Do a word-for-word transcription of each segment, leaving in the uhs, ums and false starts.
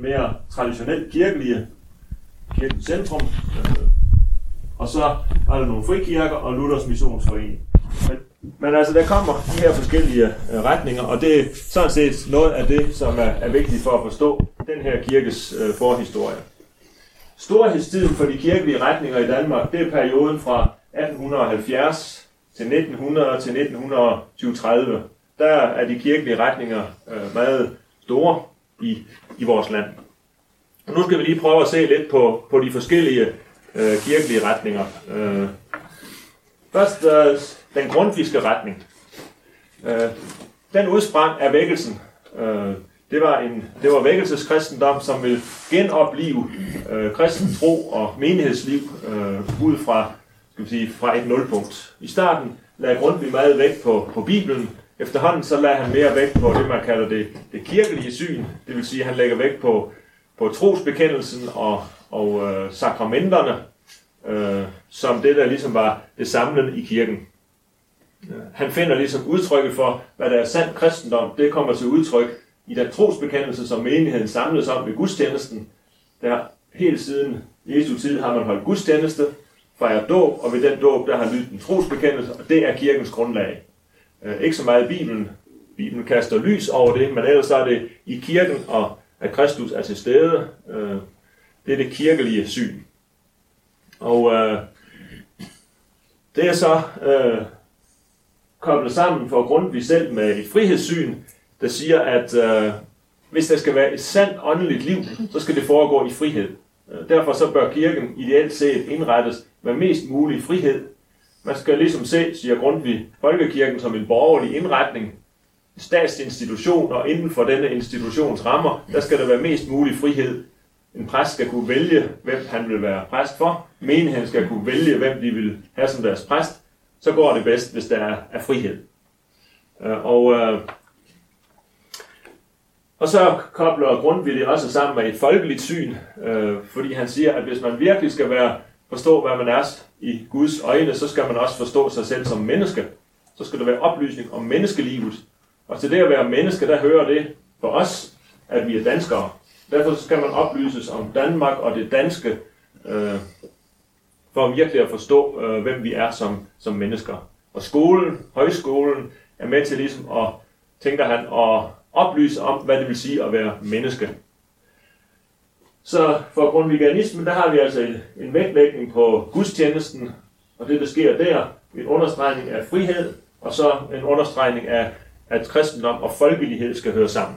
mere traditionelt kirkelige, kirkens centrum, øh, og så var der nogle frikirker og Luthers Missionsforening. Men, men altså, der kommer de her forskellige øh, retninger, og det er sådan set noget af det, som er, er vigtigt for at forstå den her kirkes øh, forhistorie. Storhedstiden for de kirkelige retninger i Danmark, det er perioden fra atten halvfjerds til nitten hundrede til nitten tyve tredive. Der er de kirkelige retninger øh, meget store i, i vores land. Og nu skal vi lige prøve at se lidt på, på de forskellige øh, kirkelige retninger. Øh, først øh, den grundtvigske retning. Øh, den udsprang af vækkelsen. Øh, det var en det var vækkelseskristendom, som ville genopleve øh, kristen tro og menighedsliv øh, ud fra, skal vi sige, fra et nulpunkt. I starten lagde Grundtvig meget vægt på, på Bibelen. Efterhånden så lagde han mere vægt på det, man kalder det, det kirkelige syn. Det vil sige, at han lægger vægt på, på trosbekendelsen og, og øh, sakramenterne, øh, som det, der ligesom var det samlende i kirken. Han finder ligesom udtrykket for, hvad der er sand kristendom. Det kommer til udtryk i den trosbekendelse, som menigheden samles om ved gudstjenesten. Der helt siden Jesu tid har man holdt gudstjeneste, fejret dåb, og ved den dåb, der har lydt en trosbekendelse, og det er kirkens grundlag. Øh, ikke så meget Bibelen. Bibelen kaster lys over det, men ellers er det i kirken, og at Kristus er til stede. Øh, det er det kirkelige syn. Og øh, det er så øh, koblet sammen for Grundtvig selv med et frihedssyn, der siger, at øh, hvis der skal være et sandt åndeligt liv, så skal det foregå i frihed. Derfor så bør kirken ideelt set indrettes med mest mulig frihed. Man skal ligesom se, siger Grundtvig, folkekirken som en borgerlig indretning, en statsinstitution, og inden for denne institutions rammer, der skal der være mest mulig frihed. En præst skal kunne vælge, hvem han vil være præst for. Menigheden skal kunne vælge, hvem de vil have som deres præst. Så går det bedst, hvis der er, er frihed. Og, øh, og så kobler Grundtvig det også sammen med et folkeligt syn, øh, fordi han siger, at hvis man virkelig skal være, forstå, hvad man er i Guds øjne, så skal man også forstå sig selv som menneske. Så skal der være oplysning om menneskelivet. Og til det at være menneske, der hører det for os, at vi er danskere. Derfor skal man oplyses om Danmark og det danske, øh, for virkelig at forstå, øh, hvem vi er som, som mennesker. Og skolen, højskolen, er med til ligesom at, tænker han, at oplyse om, hvad det vil sige at være menneske. Så for grundtvigianismen, der har vi altså en, en vægtlægning på gudstjenesten, og det, der sker der, en understregning af frihed, og så en understregning af, at kristendom og folkelighed skal høre sammen.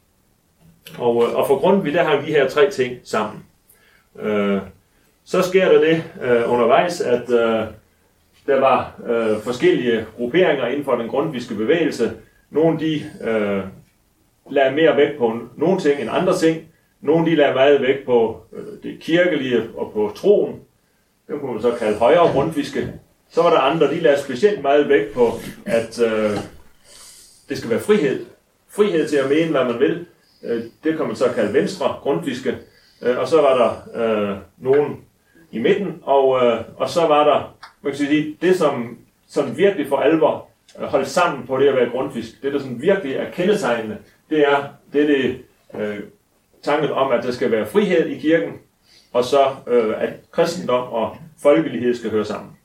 Og, og for Grundtvig, der har vi de her tre ting sammen. Øh, så sker der det øh, undervejs, at øh, der var øh, forskellige grupperinger inden for den grundtvigske bevægelse. Nogle de øh, lagde mere vægt på nogle ting end andre ting. Nogle de lagde meget vægt på øh, det kirkelige og på troen. Det kunne man så kalde højere grundtvigske. Så var der andre, de lagde specielt meget vægt på, at øh, det skal være frihed. Frihed til at mene, hvad man vil. Øh, det kan man så kalde venstre grundtvigske. Øh, og så var der øh, nogen i midten, og, øh, og så var der, man kan sige, det som, som virkelig for alvor øh, holdt sammen på det at være grundtvigsk, det der sådan virkelig er kendetegnende, det er det, er det øh, tanken om, at der skal være frihed i kirken, og så øh, at kristendom og folkelighed skal høre sammen.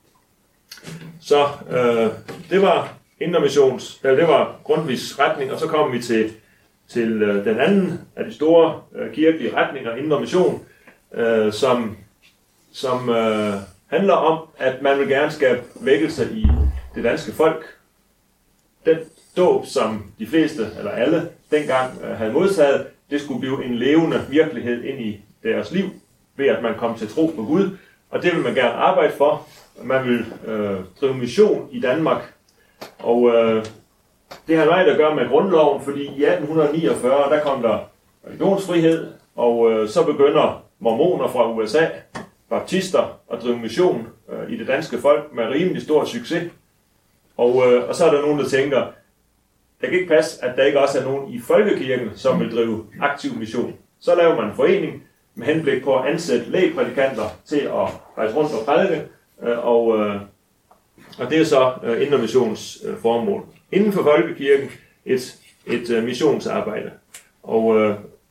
Så øh, det var Indre Missions, eller det var Grundtvigs retning, og så kommer vi til, til øh, den anden af de store øh, kirkelige retninger, Indre Mission, øh, som som øh, handler om, at man vil gerne skabe vækkelse i det danske folk. Den dåb, som de fleste, eller alle, dengang øh, havde modtaget, det skulle blive en levende virkelighed ind i deres liv, ved at man kom til tro på Gud. Og det vil man gerne arbejde for. Man vil øh, drive mission i Danmark. Og øh, det har meget at gøre med grundloven, fordi i atten niogfyrre, der kom der religionsfrihed, og øh, så begynder mormoner fra U S A, baptister, at drive mission øh, i det danske folk med rimelig stor succes. Og, øh, og så er der nogen, der tænker, det kan ikke passe, at der ikke også er nogen i folkekirken, som vil drive aktiv mission. Så laver man en forening med henblik på at ansætte lægprædikanter til at rejse rundt og prædike, øh, og, øh, og det er så øh, Indre Missions øh, formål. Inden for folkekirken et, et øh, missionsarbejde. Og øh,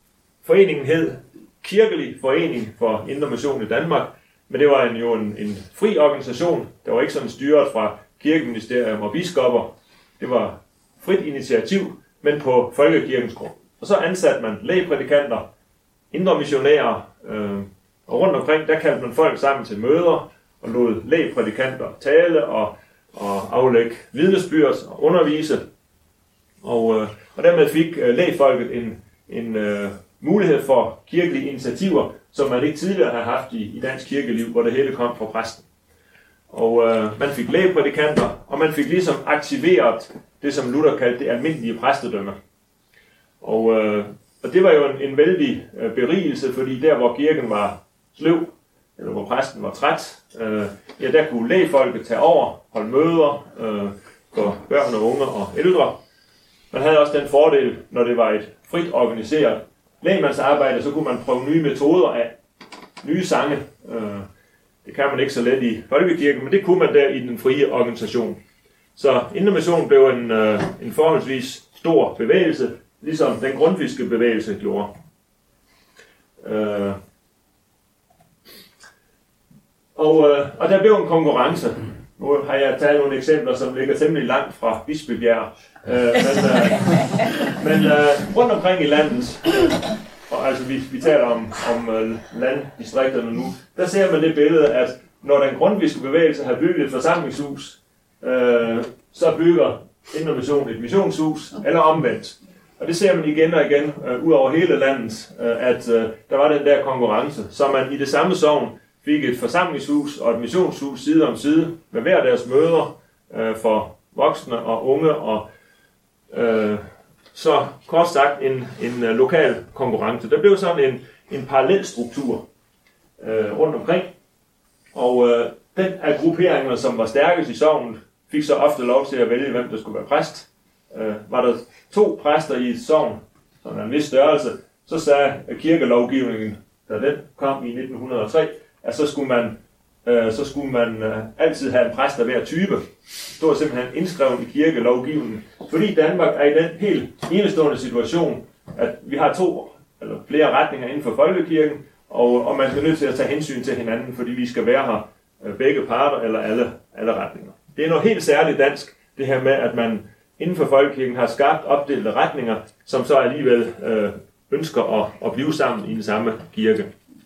foreningen hed Kirkelig Forening for Indre Mission i Danmark, men det var en, jo en, en fri organisation. Der var ikke sådan styret fra kirkeministerium og biskopper. Det var frit initiativ, men på folkekirkens grund. Og så ansatte man lægeprædikanter, indre missionærer, øh, og rundt omkring, der kaldte man folk sammen til møder, og lod lægeprædikanter tale og, og aflægge vidnesbyrd og undervise. Og, øh, og dermed fik øh, lægfolket en, en øh, mulighed for kirkelige initiativer, som man ikke tidligere har haft i, i dansk kirkeliv, hvor det hele kom fra præsten. Og øh, man fik lægeprædikanter, og man fik ligesom aktiveret det, som Luther kaldte det almindelige præstedømme. Og, øh, og det var jo en, en vældig øh, berigelse, fordi der, hvor kirken var sløv, eller hvor præsten var træt, øh, ja, der kunne lægfolket tage over, holde møder øh, for børn og unge og ældre. Man havde også den fordel, når det var et frit organiseret lægmandsarbejde, så kunne man prøve nye metoder af, nye sange. Øh, det kan man ikke så let i folkekirken, men det kunne man der i den frie organisation. Så Indre Mission blev en, øh, en forholdsvis stor bevægelse, ligesom den grundtvigske bevægelse gjorde. Øh, og, øh, og der blev en konkurrence. Nu har jeg taget nogle eksempler, som ligger temmelig langt fra Bispebjerg. Øh, men øh, men øh, rundt omkring i landet, øh, og altså vi, vi taler om, om øh, landdistrikterne nu, der ser man det billede, at når den grundtvigske bevægelse har bygget et forsamlingshus, øh, så bygger Indre Mission et missionshus, eller omvendt. Og det ser man igen og igen øh, ud over hele landet, øh, at øh, der var den der konkurrence, så man i det samme sogn fik et forsamlingshus og et missionshus side om side med hver deres møder øh, for voksne og unge, og øh, så kort sagt en, en øh, lokal konkurrence. Der blev sådan en, en parallel struktur øh, rundt omkring, og øh, den af grupperinger, som var stærkest i sognet, fik så ofte lov til at vælge, hvem der skulle være præst. Øh, var der to præster i et sogn, som er en vis størrelse, så sagde kirkelovgivningen, da den kom i nitten hundrede og tre, at så skulle man, øh, så skulle man øh, altid have en præst af hver type. Det stod simpelthen indskrevet i kirkelovgivningen. Fordi Danmark er i den helt enestående situation, at vi har to eller flere retninger inden for folkekirken, og, og man skal nødt til at tage hensyn til hinanden, fordi vi skal være her øh, begge parter eller alle, alle retninger. Det er noget helt særligt dansk, det her med, at man inden for folkekirken har skabt opdelte retninger, som så alligevel øh, ønsker at, at blive sammen i den samme kirke.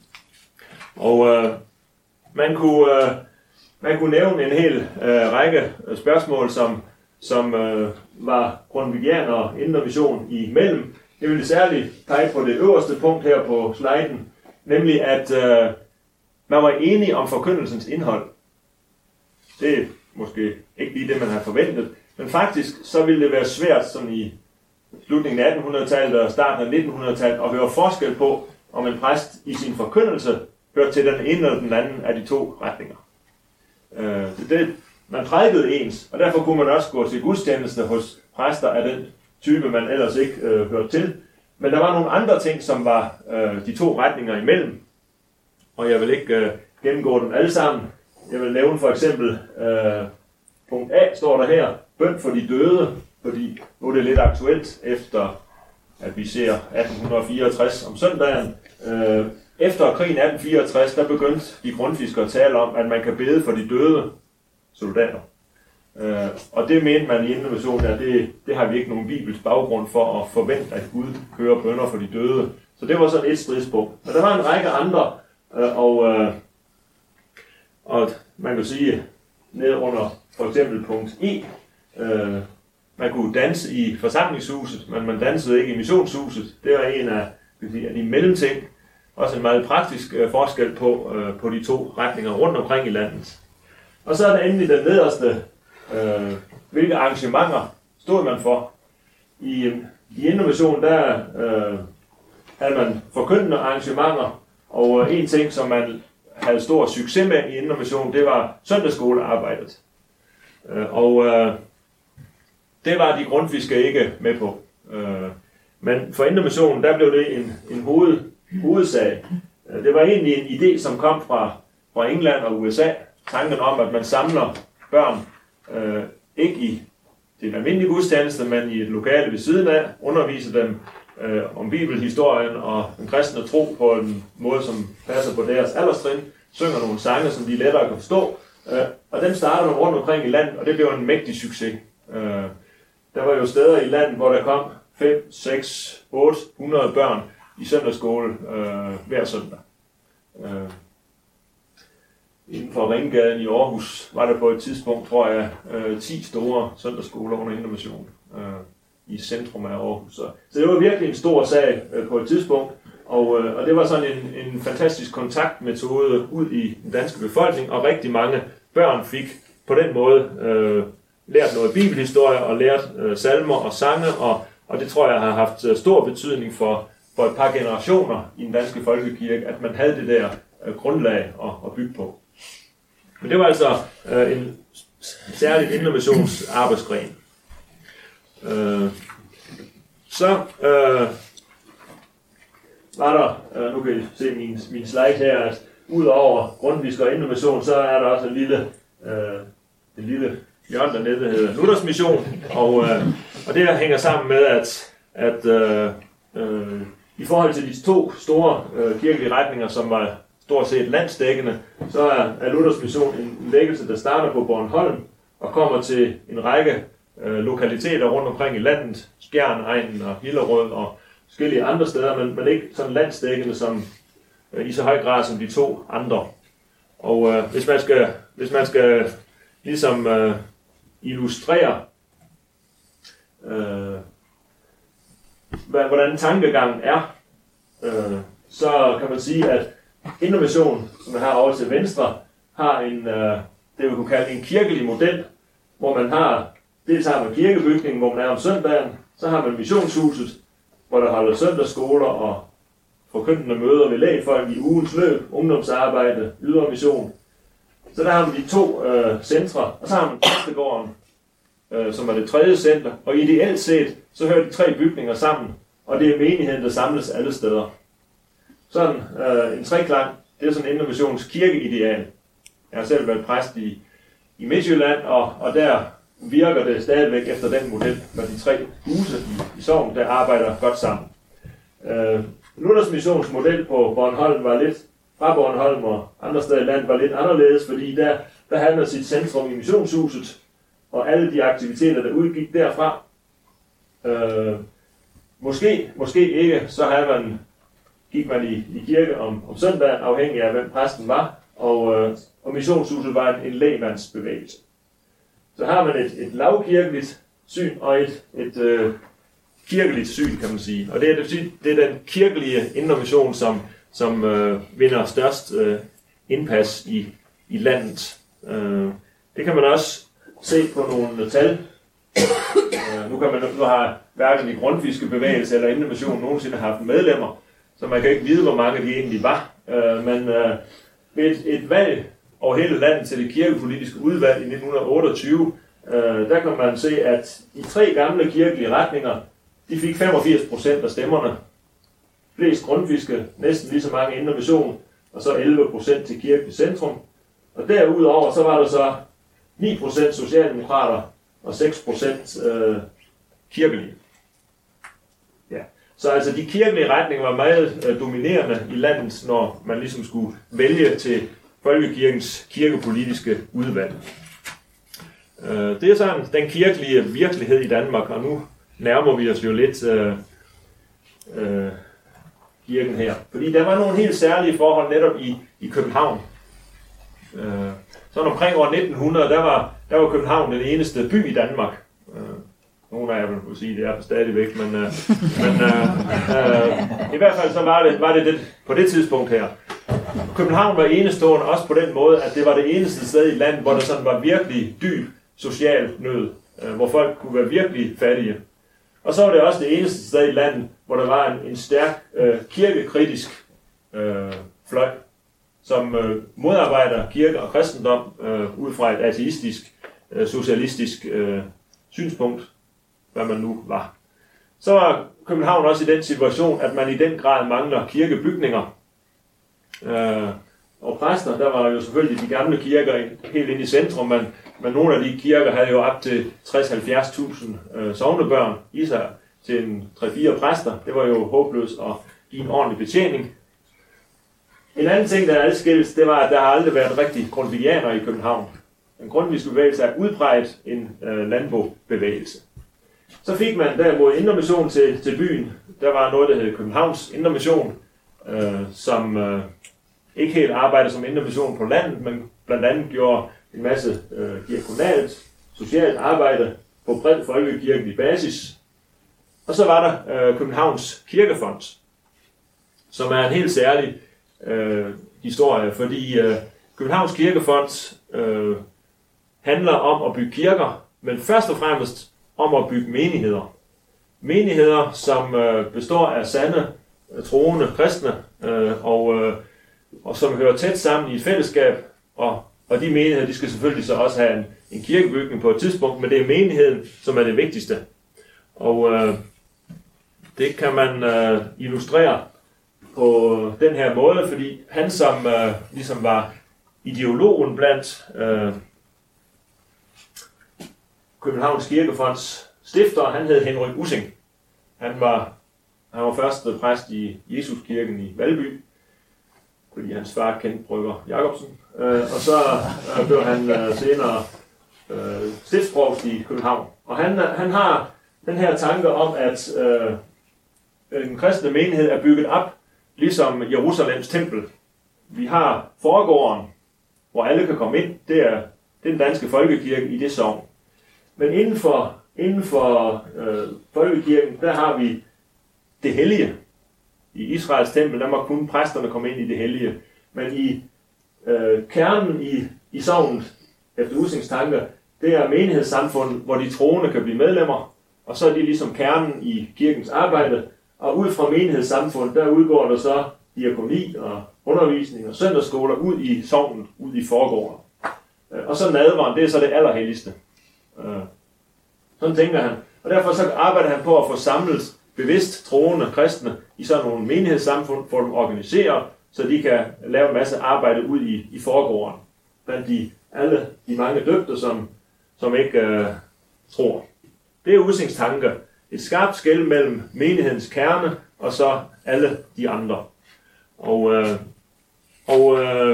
Og øh, man, kunne, øh, man kunne nævne en hel øh, række spørgsmål, som, som øh, var grundtvigianer og Indre Mission imellem. Jeg vil særligt pege på det øverste punkt her på sliden, nemlig at øh, man var enige om forkyndelsens indhold. Det er måske ikke lige det, man har forventet, men faktisk så ville det være svært sådan i slutningen af attenhundredetallet og starten af nittenhundredetallet at høre forskel på, om en præst i sin forkyndelse hørte til den ene eller den anden af de to retninger. Øh, det, man prædikede ens, og derfor kunne man også gå til gudstjeneste hos præster af den type, man ellers ikke øh, hørte til. Men der var nogle andre ting, som var øh, de to retninger imellem, og jeg vil ikke øh, gennemgå dem alle sammen. Jeg vil nævne for eksempel, øh, punkt A står der her, bøn for de døde, fordi nu er det lidt aktuelt efter, at vi ser atten fireogtres om søndagen. Øh, efter krigen atten fireogtres, der begyndte de grundtviske at tale om, at man kan bede for de døde soldater. Øh, og det mente man i Indre Mission, at det, det har vi ikke nogen bibelsk baggrund for at forvente, at Gud hører bønner for de døde. Så det var sådan et stridspunkt. Men der var en række andre, øh, og, øh, og man kan sige, ned under for eksempel punkt E, øh, man kunne danse i forsamlingshuset, men man dansede ikke i missionshuset. Det var en af, sige, af de mellemting. Også en meget praktisk øh, forskel på, øh, på de to retninger rundt omkring i landet. Og så er der endelig den nederste, øh, hvilke arrangementer stod man for. I, i Indre Mission, der øh, havde man forkyndende arrangementer, og øh, en ting, som man havde stor succes med i Indre Mission, det var søndagsskolearbejdet. Øh, og øh, det var de grundtviske ikke med på. Øh, men for Indre Mission, der blev det en, en hoved, hovedsag. Det var egentlig en idé, som kom fra, fra England og U S A. Tanken om, at man samler børn, øh, ikke i den almindelige gudstjeneste, men i et lokale ved siden af, underviser dem øh, om bibelhistorien og den kristne tro på en måde, som passer på deres alderstrin, synger nogle sange, som de lettere kan forstå, øh, og dem starter man rundt omkring i landet, og det blev en mægtig succes. Øh, der var jo steder i landet, hvor der kom fem, seks, otte hundrede børn i søndagsskole øh, hver søndag. Øh, inden for Ringgaden i Aarhus var der på et tidspunkt, tror jeg, øh, ti store søndagsskoler under Indre Mission øh, i centrum af Aarhus. Så, så det var virkelig en stor sag øh, på et tidspunkt, og, øh, og det var sådan en, en fantastisk kontaktmetode ud i den danske befolkning, og rigtig mange børn fik på den måde øh, lært noget bibelhistorie og lært øh, salmer og sange, og, og det tror jeg har haft øh, stor betydning for, for et par generationer i den danske folkekirke, at man havde det der øh, grundlag at, at bygge på. Men det var altså øh, en særlig Indre Missions arbejdsgren. Øh, så øh, var der, øh, nu kan I se min, min slide her, at udover Grundtvigsk og Indre Mission, så er der også en lille, øh, en lille hjørne dernede, der hedder Luthers Mission, og, øh, og det her hænger sammen med, at, at øh, øh, i forhold til de to store øh, kirkelige retninger, som var stort set landsdækkende, så er, er Luthers Mission en, en vækkelse, der starter på Bornholm og kommer til en række øh, lokaliteter rundt omkring i landet, Skjern, Egnen og Hillerød og forskellige andre steder, men, men ikke sådan landsdækkende som øh, i så høj grad som de to andre. Og øh, hvis man skal, hvis man skal ligesom øh, illustrere, øh, hvordan tankegangen er, øh, så kan man sige, at Indre Mission, som man har over til venstre, har en, øh, det vi kunne kalde en kirkelig model, hvor man har, dels har man kirkebygningen, hvor man er om søndagen, så har man missionshuset, hvor der holder søndagsskoler og forkyndende møder ved lægfolk i ugens løb, ungdomsarbejde, ydre mission. Så der har man de to øh, centre, og så har man præstegården, øh, som er det tredje center, og ideelt set, så hører de tre bygninger sammen, og det er menigheden, der samles alle steder. Sådan øh, en treklang, det er sådan en Indre Missions kirkeideal. Jeg har selv været præst i, i Midtjylland, og, og der virker det stadigvæk efter den model, når de tre huse i, i sogn, der arbejder godt sammen. Øh, Luthers Missions model på Bornholm var lidt, fra Bornholm og andre steder i landet, var lidt anderledes, fordi der, der havde man sit centrum i missionshuset, og alle de aktiviteter, der udgik derfra. Øh, måske, måske ikke, så havde man gik man i, i kirke om, om søndagen, afhængig af hvem præsten var, og, øh, og missionshuset var en, en lægmandsbevægelse. Så har man et, et lavkirkeligt syn og et, et øh, kirkeligt syn, kan man sige. Og det er, det, det er den kirkelige Indre Mission, som, som øh, vinder størst øh, indpas i, i landet. Øh, det kan man også se på nogle tal. Øh, nu, kan man, nu har hverken de grundtvigske bevægelse eller Indre Mission nogensinde haft medlemmer, så man kan ikke vide, hvor mange de egentlig var. Øh, men øh, ved et, et valg over hele landet til det kirkepolitiske udvalg i nitten otteogtyve, øh, der kan man se, at de tre gamle kirkelige retninger, de fik femogfirs procent af stemmerne. Flest grundtvigske, næsten lige så mange Indre Mission, og så elleve procent til Kirkelig Centrum. Og derudover så var der så ni procent socialdemokrater og seks procent øh, kirkelige. Ja. Så altså de kirkelige retninger var meget øh, dominerende i landet, når man ligesom skulle vælge til Folkekirkens kirkepolitiske udvalg. Øh, det er sådan den kirkelige virkelighed i Danmark, og nu nærmer vi os jo lidt øh, øh, kirken her. Fordi der var nogle helt særlige forhold netop i, i København. Øh, sådan omkring år nitten hundrede, der var, der var København den eneste by i Danmark. Øh, nogle af jer vil kunne sige, at det er for stadigvæk, men, øh, men øh, øh, i hvert fald så var det, var det, det på det tidspunkt her. København var enestående også på den måde, at det var det eneste sted i landet, hvor der sådan var virkelig dyb social nød, øh, hvor folk kunne være virkelig fattige. Og så var det også det eneste sted i landet, hvor der var en, en stærk øh, kirkekritisk øh, fløj, som øh, modarbejder kirke og kristendom øh, ud fra et ateistisk, øh, socialistisk øh, synspunkt, hvad man nu var. Så var København også i den situation, at man i den grad mangler kirkebygninger. Øh, og præster, der var jo selvfølgelig de gamle kirker helt inde i centrum, men, men nogle af de kirker havde jo op til tres til halvfjerds tusind øh, sognebørn i sig. til en tre-fire præster. Det var jo håbløst at give en ordentlig betjening. En anden ting, der er adskilt, det var, at der har aldrig været rigtig grundtvigianer i København. En grundtvigsk bevægelse er udbredt en øh, landbobevægelse. Så fik man derimod Indre Mission til, til byen. Der var noget, der hed Københavns Indre Mission, øh, som øh, ikke helt arbejdede som Indre Mission på landet, men blandt andet gjorde en masse øh, diakonalt, socialt arbejde på bred folkekirkelig basis. Og så var der øh, Københavns Kirkefond, som er en helt særlig øh, historie, fordi øh, Københavns Kirkefond øh, handler om at bygge kirker, men først og fremmest om at bygge menigheder. Menigheder, som øh, består af sande, øh, troende kristne, øh, og, øh, og som hører tæt sammen i et fællesskab, og, og de menigheder, de skal selvfølgelig så også have en, en kirkebygning på et tidspunkt, men det er menigheden, som er det vigtigste. Og øh, det kan man øh, illustrere på den her måde, fordi han, som øh, ligesom var ideologen blandt øh, Københavns Kirkefonds stifter, han hed Henrik Ussing. Han var, han var første præst i Jesuskirken i Valby, fordi hans far kendte brygger Jacobsen. Øh, og så øh, blev han øh, senere øh, stiftsprovst i København. Og han, han har den her tanke om, at øh, den kristne menighed er bygget op ligesom Jerusalems tempel. Vi har forgården, hvor alle kan komme ind. Det er, det er den danske folkekirke i det sogn. Men inden for, inden for øh, folkekirken, der har vi det hellige. I Israels tempel, der må kun præsterne komme ind i det hellige. Men i øh, kernen i, i sognet, efter Ussings tanker, det er menighedssamfundet, hvor de troende kan blive medlemmer. Og så er de ligesom kernen i kirkens arbejde. Og ud fra menighedssamfundet, der udgår der så diakoni og undervisning og søndagsskoler ud i sognet, ud i forgården. Og så nadveren, det er så det allerhelligste. Sådan tænker han. Og derfor så arbejder han på at få samlet bevidst troende kristne i sådan nogle menighedssamfund, få dem organiseret, så de kan lave en masse arbejde ud i, i forgården. Blandt de, alle de mange døbte, som, som ikke øh, tror. Det er Ussings tanke. Et skarpt skel mellem menighedens kerne og så alle de andre. Og, øh, og øh,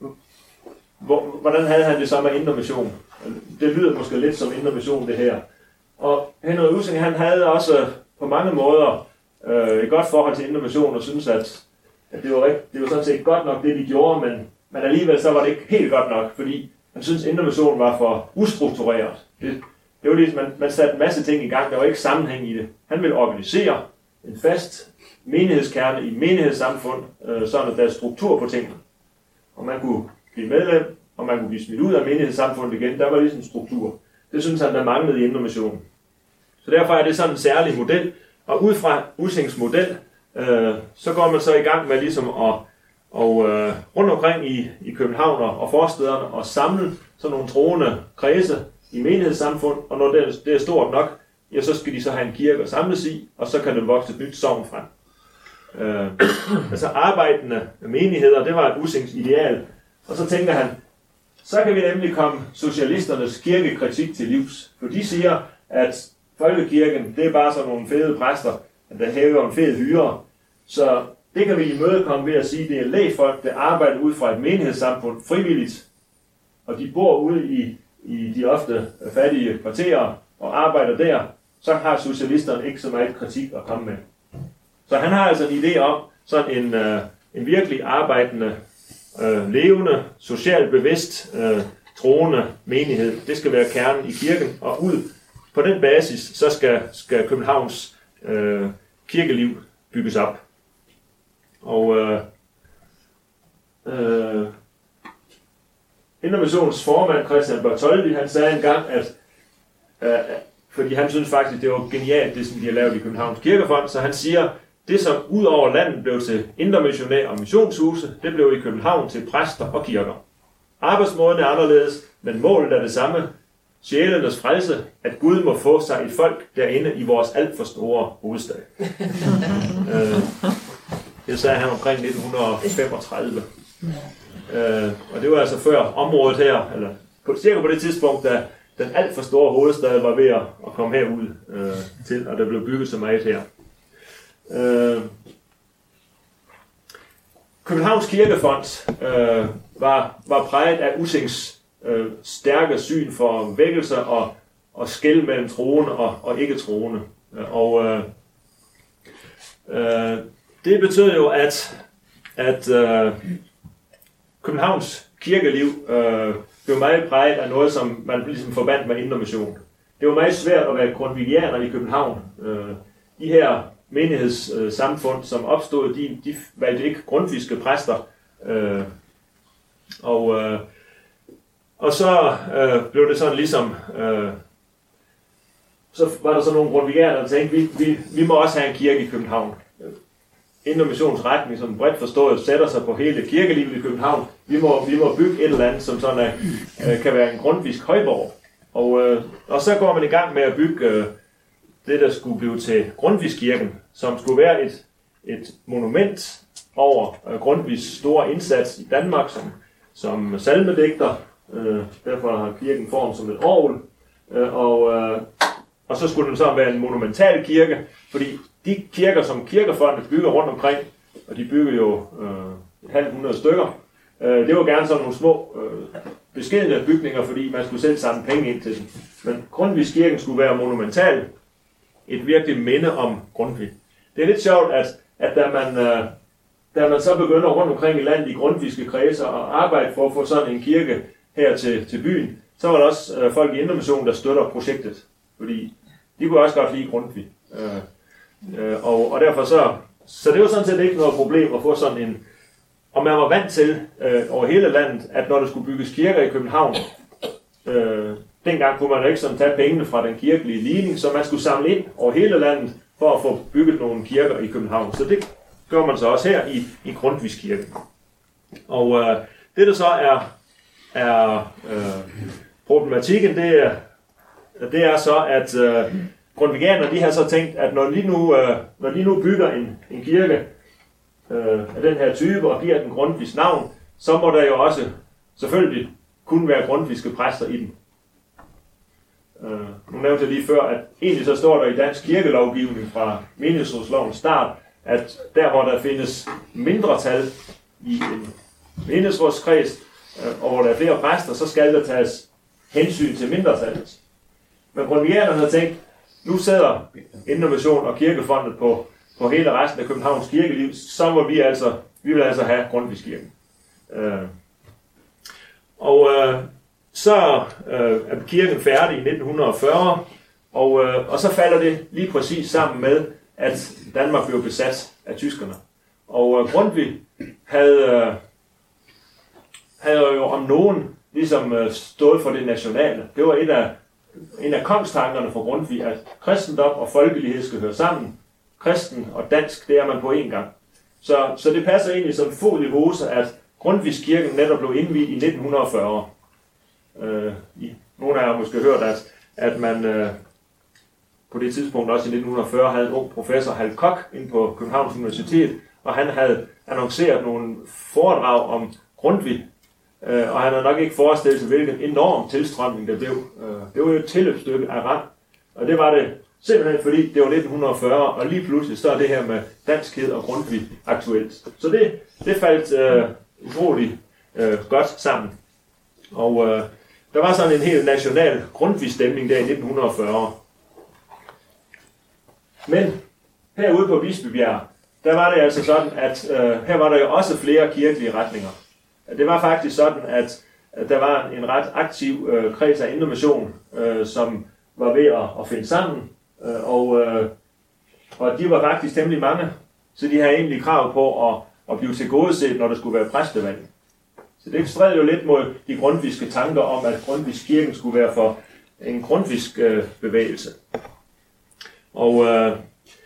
hvor, hvordan havde han det så med Indre Mission? Det lyder måske lidt som Indre Mission, det her. Og Henrik Ussing, han havde også på mange måder øh, et godt forhold til Indre Mission, og synes, at, at det, var rigt, det var sådan set godt nok det, de gjorde, men, men alligevel så var det ikke helt godt nok, fordi han synes, at Indre Mission var for ustruktureret. Det, det var ligesom, man, man satte en masse ting i gang, der var ikke sammenhæng i det. Han ville organisere en fast menighedskerne i et menighedssamfund, øh, sådan at der er struktur på tingene. Og man kunne blive medlem, og man kunne blive smidt ud af menighedssamfundet igen. Der var ligesom en struktur. Det synes han, der manglede i Indre Mission. Så derfor er det sådan en særlig model. Og ud fra Ussings model, øh, så går man så i gang med ligesom at og, øh, rundt omkring i, i København og forstederne og samle sådan nogle troende kredse i menighedssamfund. Og når det er, det er stort nok, ja, så skal de så have en kirke at samles i, og så kan det vokse et nyt sogn frem. Øh, altså arbejdende menigheder, det var Ussings ideal. Og så tænker han, så kan vi nemlig komme socialisternes kirkekritik til livs. For de siger, at folkekirken, det er bare sådan nogle fede præster, der hæver en fed hyre. Så det kan vi imødekomme ved at sige, at det er lægfolk, der arbejder ud fra et menighedssamfund frivilligt. Og de bor ude i, i de ofte fattige kvarterer og arbejder der. Så har socialisterne ikke så meget kritik at komme med. Så han har altså en idé om sådan en, øh, en virkelig arbejdende, øh, levende, socialt bevidst, øh, troende menighed. Det skal være kernen i kirken, og ud på den basis, så skal, skal Københavns øh, kirkeliv bygges op. Og øh, øh, Indre Missions formand, Christian Bartholdi, han sagde engang, at øh, fordi han synes faktisk, det var genialt, det som de har lavet i Københavns Kirkefond, så han siger, det som ud over landet blev til indre missionær og missionshuse, det blev i København til præster og kirker. Arbejdsmåden er anderledes, men målet er det samme. Sjælenes frelse, at Gud må få sig et folk derinde i vores alt for store hovedstad. øh, det sagde han omkring nitten femogtredive. Øh, og det var altså før området her, eller på, cirka på det tidspunkt, da, den alt for store hovedstad var ved at, at komme herud øh, til, og der blev bygget så meget her. Øh, Københavns Kirkefond øh, var, var præget af Ussings øh, stærke syn for vækkelse og, og skel mellem troende og, og ikke-troende. Og øh, øh, det betød jo, at, at øh, Københavns kirkeliv øh, blev meget præget af noget, som man ligesom forbandt med Indre Mission. Det var meget svært at være grundtvigianer i København. Øh, de her menighedssamfund, øh, som opstod, de, de valgte ikke grundtvigske præster. Øh, og, øh, og så øh, blev det sådan ligesom... Øh, så var der så nogle grundtvigianer, der tænkte, vi, vi, vi må også have en kirke i København. Indre Missions retning, som bredt forstået, sætter sig på hele kirkelivet i København. Vi må, vi må bygge et eller andet, som sådan er, kan være en grundtvigsk højborg. Og, øh, og så går man i gang med at bygge øh, det, der skulle blive til Grundtvigskirken, som skulle være et, et monument over øh, Grundtvigs store indsats i Danmark som, som salmedigter. Øh, derfor har kirken form som et orgel. Øh, og, øh, og så skulle den så være en monumental kirke, fordi de kirker, som Kirkefondet bygger rundt omkring, og de bygger jo øh, et halvt hundrede stykker, øh, det var gerne sådan nogle små øh, beskedne bygninger, fordi man skulle selv samle penge ind til dem. Men Grundtvigskirken skulle være monumental, et virkelig minde om Grundtvig. Det er lidt sjovt, at, at da, man, øh, da man så begynder rundt omkring i landet i grundtvigske kredser og arbejde for at få sådan en kirke her til, til byen, så var der også øh, folk i Indre Mission, der støtter projektet, fordi de kunne også godt lide Grundtvig. Øh, Øh, og, og derfor så, så det var sådan set ikke noget problem at få sådan en, og man var vant til øh, over hele landet, at når der skulle bygges kirker i København, øh, dengang kunne man jo ikke sådan tage pengene fra den kirkelige ligning, så man skulle samle ind over hele landet for at få bygget nogle kirker i København. Så det gør man så også her i, i Grundtvigskirken. Og øh, det der så er, er øh, problematikken, det er, det er så, at øh, grundtvigianerne, de har så tænkt, at når de nu, øh, når de nu bygger en, en kirke øh, af den her type og giver den Grundtvigs navn, så må der jo også selvfølgelig kun være grundtvigske præster i den. Øh, nu nævnte jeg lige før, at egentlig så står der i dansk kirkelovgivning fra menighedsrådslovens start, at der hvor der findes mindretal i en menighedsrådskreds, øh, og hvor der er flere præster, så skal der tages hensyn til mindretallet. Men grundtvigianerne havde tænkt, nu sidder Indre Mission og Kirkefondet på, på hele resten af Københavns kirkeliv, så må vi altså, vi vil altså have Grundtvigskirken. Øh. Og øh, så øh, er kirken færdig i nitten fyrre, og, øh, og så falder det lige præcis sammen med, at Danmark blev besat af tyskerne. Og øh, Grundtvig havde, øh, havde jo om nogen ligesom øh, stået for det nationale. Det var et af En af kongstankerne for Grundtvig, at kristendom og folkelighed skal høre sammen. Kristen og dansk, det er man på én gang. Så, så det passer egentlig som fod i hose, at Grundtvigskirken netop blev indviet i nitten fyrre. Øh, i, nogle af jer har måske hørt, at, at man øh, på det tidspunkt også i nitten fyrre havde en ung professor, Hal Koch, inde på Københavns Universitet, og han havde annonceret nogle foredrag om Grundtvig. Uh, og han havde nok ikke forestillet sig, hvilken enorm tilstrømning der blev. Uh, det var jo et tilløbsstykke af rang. Og det var det simpelthen, fordi det var nitten fyrre, og lige pludselig så er det her med danskhed og Grundtvig aktuelt. Så det, det faldt uh, utroligt uh, godt sammen. Og uh, der var sådan en helt national Grundtvig-stemning der i nitten fyrre. Men herude på Bispebjerg, der var det altså sådan, at uh, her var der jo også flere kirkelige retninger. Det var faktisk sådan, at, at der var en ret aktiv øh, kreds af Indre Mission, øh, som var ved at, at finde sammen, øh, og, øh, og de var faktisk temmelig mange, så de havde egentlig krav på at, at blive tilgodeset, når der skulle være præstevalg. Så det stred jo lidt mod de grundtvigske tanker om, at Grundtvigskirken skulle være for en grundtvigsk øh, bevægelse. Og øh,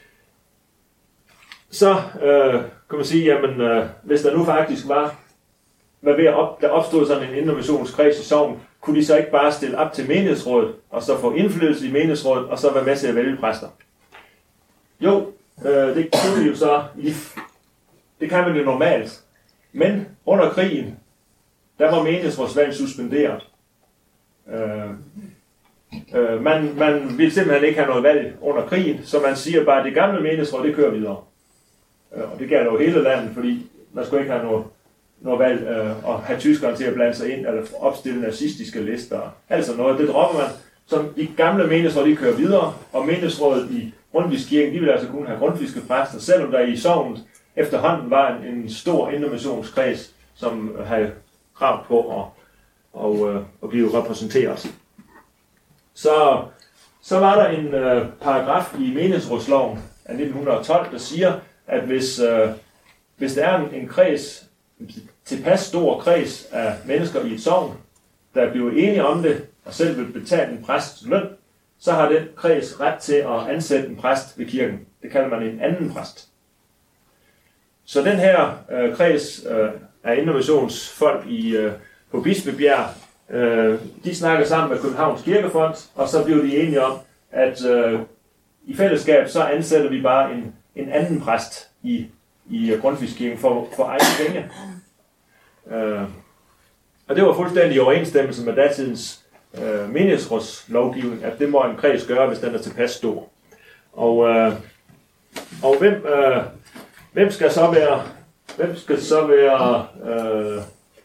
så øh, kan man sige, jamen øh, hvis der nu faktisk var Hvad ved at op, der opstod sådan en Indre Missionskreds i sogn, kunne de så ikke bare stille op til menighedsrådet, og så få indflydelse i menighedsrådet, og så være med til at vælge præster? Jo, øh, det kunne de jo så, det kan man jo normalt. Men under krigen, der var menighedsrådsvalg suspenderet. Øh, Øh, man, man vil simpelthen ikke have noget valg under krigen, så man siger bare, at det gamle menighedsråd, det kører videre. Øh, og det gælder jo hele landet, fordi man skulle ikke have noget, noget valg øh, at have tyskerne til at blande sig ind, eller opstille nazistiske lister. Altså noget, det dropper man. Så de gamle menighedsråd, de kører videre, og menighedsrådet i Grundtvigskirken, de vil altså kun have grundtvigske præster, selvom der i sognet efterhånden var en, en stor indremissionskreds, som havde krav på at, og, øh, at blive repræsenteret. Så, så var der en øh, paragraf i menighedsrådsloven af nitten tolv, der siger, at hvis, øh, hvis der er en, en kreds, en tilpas stor kreds af mennesker i et sogn, der bliver enige om det, og selv vil betale en præsts løn, så har den kreds ret til at ansætte en præst ved kirken. Det kalder man en anden præst. Så den her øh, kreds øh, af innovationsfolk i, øh, på Bispebjerg, øh, de snakker sammen med Københavns Kirkefond, og så bliver de enige om, at øh, i fællesskab så ansætter vi bare en, en anden præst i, i Grundtvigskirken for, for egen penge. Øh, og det var fuldstændig i overensstemmelse med datidens øh, menighedsrådslovgivning, at det må en kreds gøre, hvis den er tilpas stor. Og, øh, og hvem, øh, hvem skal så være, hvem skal så være, øh,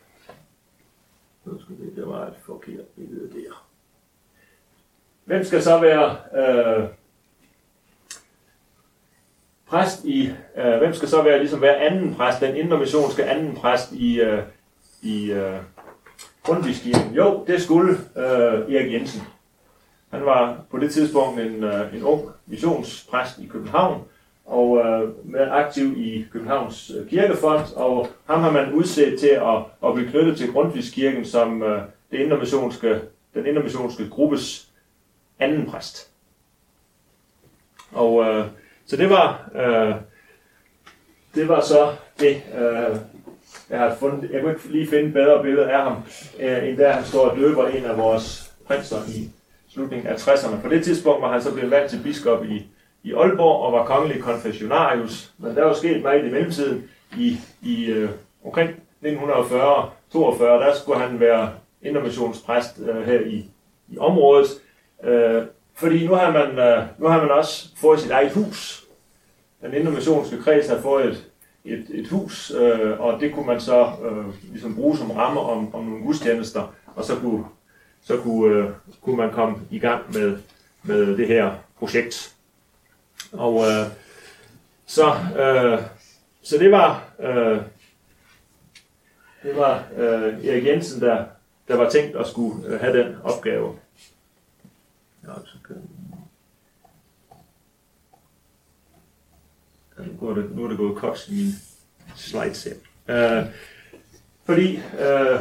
det var et forkert billede der. Hvem skal så være øh, præst i, øh, hvem skal så være ligesom være anden præst, den indremissionske anden præst i, øh, i øh, Grundtvigskirken? Jo, det skulle øh, Erik Jensen. Han var på det tidspunkt en, øh, en ung missionspræst i København, og øh, med aktiv i Københavns Kirkefond, og ham har man udset til at, at blive knyttet til Grundtvigskirken som øh, det indremissionske, den indremissionske gruppes anden præst. Og øh, så det var øh, det var så det, øh, jeg har fundet. Jeg kunne ikke lige finde et bedre billede af ham, øh, end der han står og løber en af vores prinser i slutningen af tresserne. På det tidspunkt var han så blevet valgt til biskop i, i Aalborg og var kongelig konfessionarius. Men der var sket meget i mellemtiden. I, i øh, omkring nitten fyrre til toogfyrre, der skulle han være indremissionspræst øh, her i, i området. Øh, fordi nu har, man, øh, nu har man også fået sit eget hus. Den indremissionske kreds har fået et, et, et hus, øh, og det kunne man så øh, ligesom bruge som ramme om, om nogle gudstjenester, og så kunne, så kunne, øh, kunne man komme i gang med, med det her projekt. Og øh, så, øh, så det var, øh, det var øh, Erik Jensen, der, der var tænkt at skulle øh, have den opgave. Ja, så kan... Nu er det, nu er det gået koks i mine slides her. Øh, fordi øh,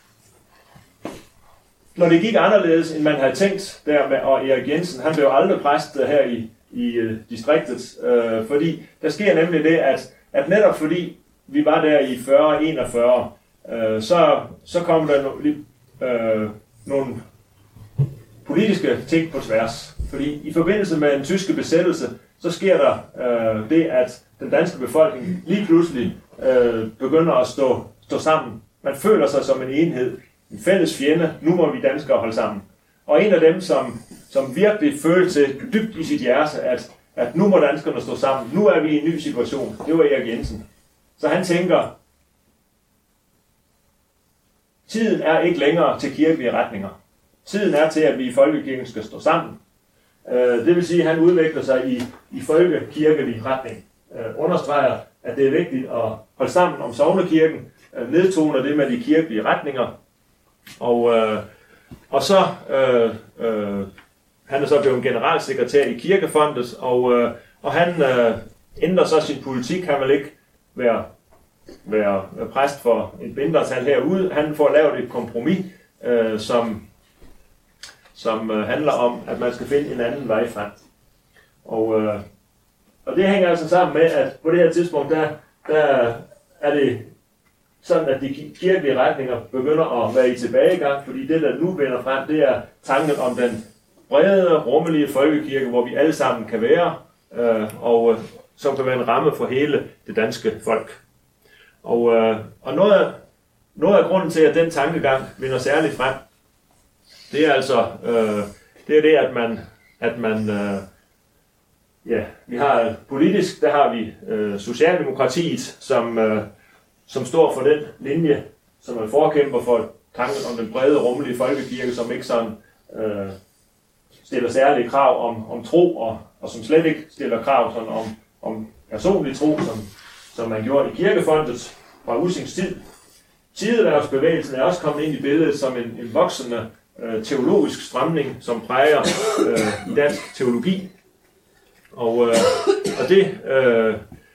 når det gik anderledes, end man havde tænkt der med, og Erik Jensen, han blev aldrig præst her i, i uh, distriktet, øh, fordi der sker nemlig det, at, at netop fordi vi var der i fyrre enogfyrre, øh, så, så kom der no, øh, nogle politiske ting på tværs. Fordi i forbindelse med den tyske besættelse, så sker der øh, det, at den danske befolkning lige pludselig øh, begynder at stå, stå sammen. Man føler sig som en enhed, en fælles fjende. Nu må vi danskere holde sammen. Og en af dem, som, som virkelig følte til dybt i sit hjerte, at, at nu må danskerne stå sammen. Nu er vi i en ny situation. Det var Erik Jensen. Så han tænker, tiden er ikke længere til kirkelige retninger. Tiden er til, at vi i folkekirken skal stå sammen. Det vil sige, at han udvikler sig i, i folkekirkelig retning. Understreger, at det er vigtigt at holde sammen om sognekirken. Nedtoner det med de kirkelige retninger. Og, øh, og så, øh, øh, han er så blevet generalsekretær i Kirkefondet, og, øh, og han øh, ændrer så sin politik. Han vil ikke være, være præst for et mindretal herude. Han får lavet et kompromis, øh, som som øh, handler om, at man skal finde en anden vej frem. Og, øh, og det hænger altså sammen med, at på det her tidspunkt, der, der er det sådan, at de kirkelige retninger begynder at være i tilbagegang, fordi det, der nu vender frem, det er tanken om den brede, rummelige folkekirke, hvor vi alle sammen kan være, øh, og øh, som kan være en ramme for hele det danske folk. Og, øh, og noget, af, noget af grunden til, at den tankegang vinder særligt frem, det er altså øh, det er det, at man, at man øh, ja, vi har politisk, der har vi øh, Socialdemokratiet, som, øh, som står for den linje, som er forkæmper for tanken om den brede, rummelige folkekirke, som ikke sådan øh, stiller særlige krav om, om tro, og, og som slet ikke stiller krav sådan om, om personlig tro, som, som man gjorde i Kirkefondet fra Ussings tid. Tidehvervsbevægelsen er også kommet ind i billedet som en, en voksende øh, teologisk strømning, som præger øh, i dansk teologi. Og, øh, og det, øh,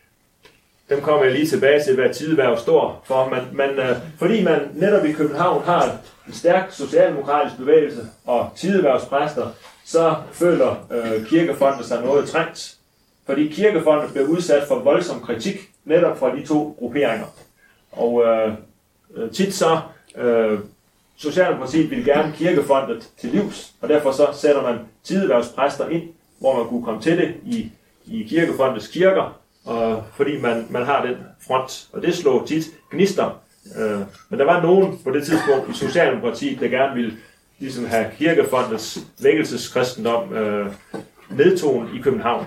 dem kommer jeg lige tilbage til, hvad tidehverv står for. Man, man, øh, fordi man netop i København har en stærk socialdemokratisk bevægelse og tidehvervspræster, så føler øh, Kirkefondet sig noget trængt. Fordi Kirkefondet blev udsat for voldsom kritik netop fra de to grupperinger. Og øh, tit så, øh, Socialdemokratiet ville gerne Kirkefondet til livs, og derfor så sætter man tidehvervspræster ind, hvor man kunne komme til det i, i Kirkefondets kirker, og fordi man, man har den front. Og det slår tit gnister. Øh, men der var nogen på det tidspunkt i Socialdemokratiet, der gerne ville ligesom have Kirkefondets vækkelseskristendom øh, nedtonet i København.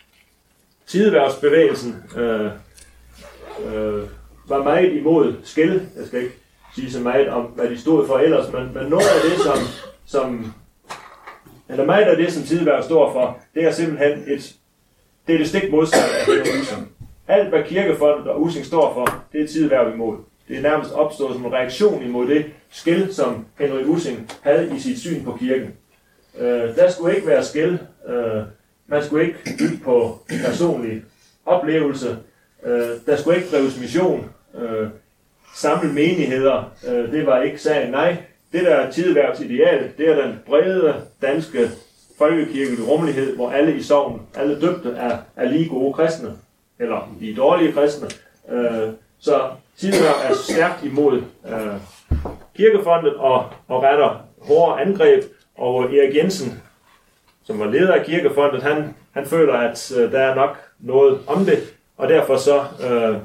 Tidehvervsbevægelsen øh, øh, var meget imod skel. Jeg skal ikke sige så meget om, hvad de stod for ellers, men, men noget af det, som, som eller meget af det, som tidehverv står for, det er simpelthen et, det er det stik modstand af Henry Ussing. Alt, hvad Kirkefondet og Ussing står for, det er tidehverv imod. Det er nærmest opstået som en reaktion imod det skel, som Henry Ussing havde i sit syn på kirken. Øh, der skulle ikke være skel. Øh, man skulle ikke bygge på personlig oplevelse. Øh, der skulle ikke drives mission. Øh, samle menigheder. Øh, det var ikke sagen. Nej, det der er tidehvervs ideal, det er den brede danske folkekirkelige rummelighed, hvor alle i sognen, alle døbte er, er lige gode kristne, eller de dårlige kristne. Øh, så tidehverv er stærkt imod øh, Kirkefondet og, og retter hårde angreb, og Erik Jensen, som var leder af Kirkefondet, han, han føler, at øh, der er nok noget om det, og derfor så, øh,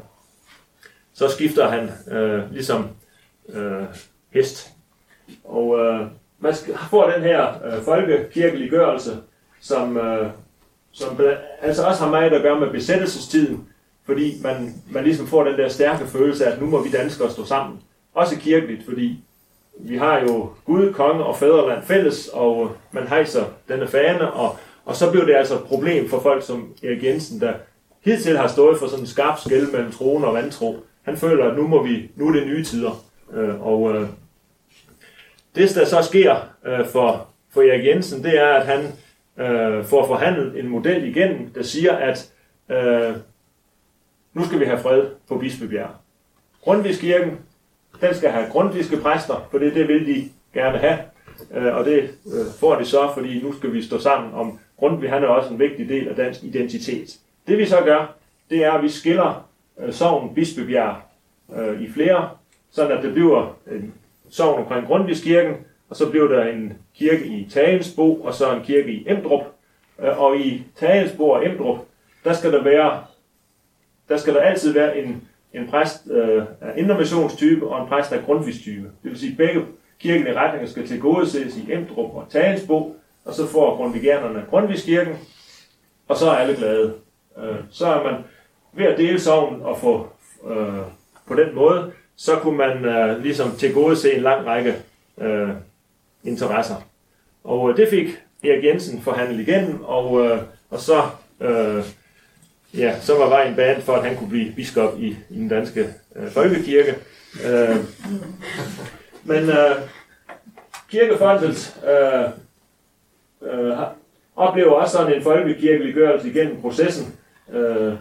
så skifter han øh, ligesom øh, hest. Og øh, man får den her øh, folkekirkeliggørelse, som, øh, som altså også har meget at gøre med besættelsestiden, fordi man, man ligesom får den der stærke følelse af, at nu må vi danskere stå sammen. Også kirkeligt, fordi vi har jo Gud, konge og fædreland fælles, og man hejser denne fane, og, og så blev det altså et problem for folk som Erik Jensen, der hidtil har stået for sådan en skarp skel mellem troen og vantro. Han føler, at nu må vi, nu er det nye tider. Øh, og øh, det, der så sker øh, for, for Erik Jensen, det er, at han øh, får forhandlet en model igennem, der siger, at øh, nu skal vi have fred på Bispebjerg. Grundtvigskirken, den skal have grundtvigske præster, for det, det vil de gerne have. Øh, og det øh, får de så, fordi nu skal vi stå sammen om Grundtvig. Han er også en vigtig del af dansk identitet. Det vi så gør, det er, at vi skiller øh, sogn Bispebjerg øh, i flere, sådan at det bliver en sogn omkring Grundtvigskirken, og så bliver der en kirke i Tagensbo, og så en kirke i Emdrup. Øh, og i Tagensbo og Emdrup, der skal der være, der skal der altid være en, en præst øh, af indremissionstype og en præst af grundtvigstype. Det vil sige, at begge kirkelige retninger skal tilgodeses i Emdrup og Tagensbo, og så får grundtvigernerne Grundtvigskirken, og så er alle glade. Øh, så er man ved at dele sognen og få øh, på den måde, så kunne man øh, ligesom tilgodese en lang række øh, interesser. Og øh, det fik Erik Jensen forhandlet igennem, og, øh, og så, øh, ja, så var vejen banet for, at han kunne blive biskop i, i den danske øh, folkekirke. Øh, men øh, Kirkefondet øh, øh, oplever også sådan en folkekirkeliggørelse igennem processen. Øh,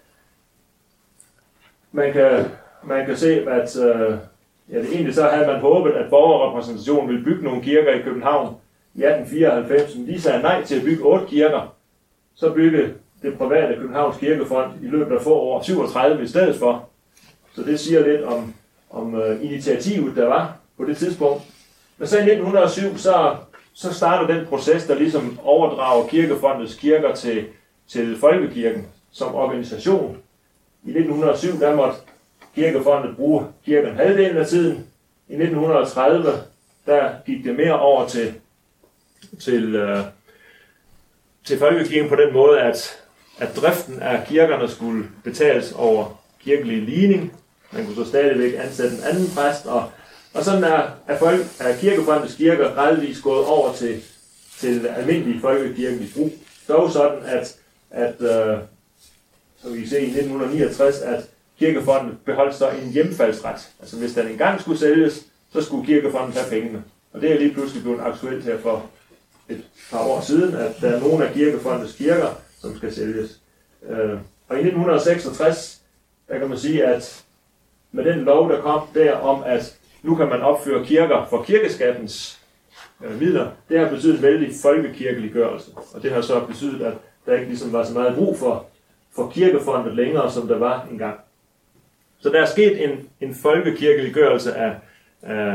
man kan Man kan se, at øh, ja, det egentlig så havde man håbet, at borgerrepræsentationen ville bygge nogle kirker i København i atten fireoghalvfems. Men de sagde nej til at bygge otte kirker. Så byggede det private Københavns Kirkefond i løbet af få år syvogtredive i stedet for. Så det siger lidt om, om uh, initiativet, der var på det tidspunkt. Men så i nitten hundrede og syv, så, så starter den proces, der ligesom overdrager Kirkefondets kirker til, til Folkekirken som organisation. I nitten hundrede og syv, der måtte Kirkefondet bruge kirken halvdelen af tiden. I nitten tredive, der gik det mere over til til, øh, til folkekirken på den måde, at, at driften af kirkerne skulle betales over kirkelig ligning. Man kunne så stadigvæk ansætte en anden præst, og, og sådan er, er, folk, er kirkefondets kirker gradvist gået over til, til almindelig folkekirkelig brug. Dog sådan, at, at øh, så vi kan se i nitten niogtres, at kirkefonden beholdt så en hjemfaldsret. Altså hvis den engang skulle sælges, så skulle kirkefonden have pengene. Og det er lige pludselig blevet aktuelt her for et par år siden, at der er nogle af kirkefondens kirker, som skal sælges. Øh, og i nitten seksogtres, der kan man sige, at med den lov, der kom der om, at nu kan man opføre kirker for kirkeskattens øh, midler, det har betydet en vældig folkekirkeliggørelse. Og det har så betydet, at der ikke ligesom var så meget brug for, for kirkefondet længere, som der var engang. Så der er sket en, en folkekirkeliggørelse af, af,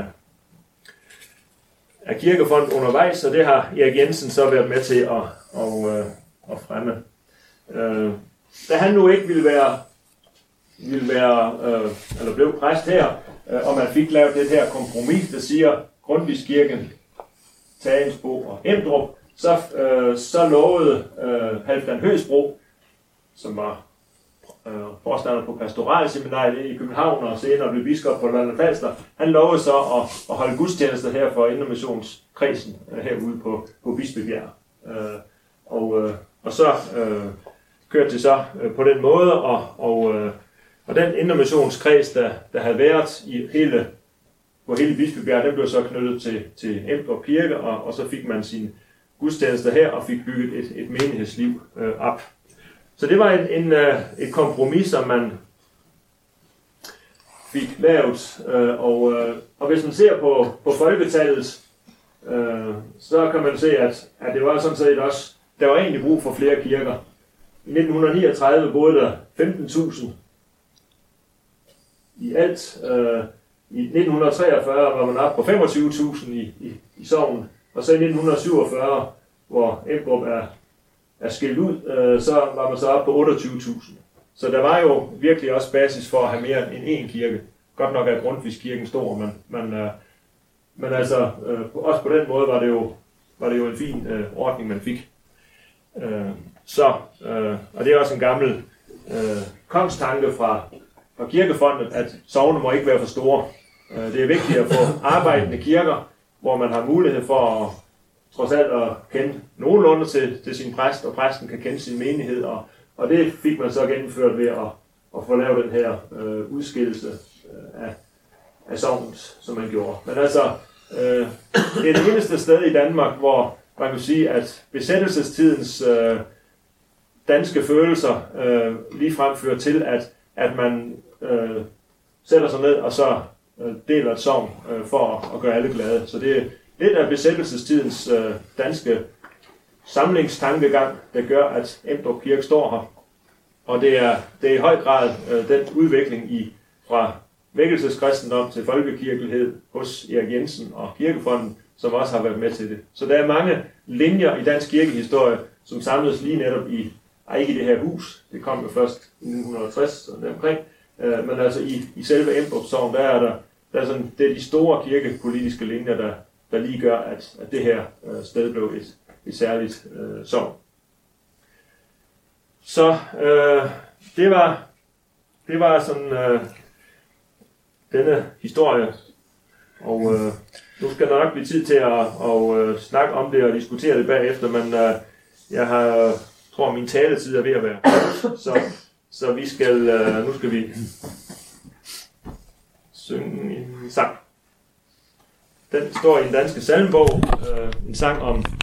af kirkefondet undervejs, og det har Erik Jensen så været med til at, at, at fremme. Øh, da han nu ikke ville være, ville være øh, eller blev præst her, øh, og man fik lavet det her kompromis, der siger Grundtvigskirken, Tagensbo og Emdrup, så, øh, så lovede øh, Halfdan Høgsbro, som var øh, forstander på pastoralseminariet i København og senere blev biskop på Lolland-Falster, han lovede så at, at holde gudstjenester her for Indremissionskredsen øh, herude på, på Bispebjerg. Øh, og, øh, og så øh, kørte det så øh, på den måde, og, og, øh, og den Indremissionskreds, der, der havde været i hele, på hele Bispebjerg, den blev så knyttet til, til Emdrup Kirke, og, og så fik man sine gudstjenester her og fik bygget et, et menighedsliv øh, op. Så det var en, en, et kompromis, som man fik lavet, og, og hvis man ser på, på folketallet, så kan man se, at, at det var sådan set også, der var egentlig brug for flere kirker. I nitten niogtredive boede der femten tusind i alt. I nitten treogfyrre var man oppe på femogtyve tusind i, i, i sognen, og så i nitten syvogfyrre, hvor Emdrup er er skilt ud, øh, så var man så oppe på otteogtyve tusind. Så der var jo virkelig også basis for at have mere end én kirke. Godt nok er Grundtvigskirken stor, men, men, øh, men altså, øh, også på den måde var det jo, var det jo en fin øh, ordning, man fik. Øh, så, øh, og det er også en gammel øh, kongstanke fra, fra kirkefondet, at sogne må ikke være for store. Øh, det er vigtigt at få arbejdende kirker, hvor man har mulighed for at trods alt at kende nogenlunde til, til sin præst, og præsten kan kende sin menighed, og, og det fik man så gennemført ved at, at få lavet den her øh, udskillelse øh, af, af sognet, som man gjorde. Men altså, øh, det er det eneste sted i Danmark, hvor man kan sige, at besættelsestidens øh, danske følelser øh, ligefrem fører til, at, at man øh, sætter sig ned og så øh, deler et sogn øh, for at, at gøre alle glade. Så det er lidt af besættelsestidens øh, danske samlingstankegang, der gør, at Emdrup Kirke står her. Og det er, det er i høj grad øh, den udvikling i fra vækkelseskristendom til folkekirkelighed hos Erik Jensen og Kirkefonden, som også har været med til det. Så der er mange linjer i dansk kirkehistorie, som samles lige netop i, ej, ikke i det her hus, det kom jo først i nitten tres og deromkring, øh, men altså i, i selve Emdrup Sogn, der er der, der er sådan, det er de store kirkepolitiske linjer, der der lige gør, at, at det her øh, sted blev et, et særligt øh, sogn. Så øh, det var det var sådan øh, denne historie, og øh, nu skal der nok blive tid til at og, øh, snakke om det og diskutere det bagefter, men øh, jeg har, tror min taletid er ved at være, så, så vi skal, øh, nu skal vi synge en sang. Den står i den danske salmebog, øh, en sang om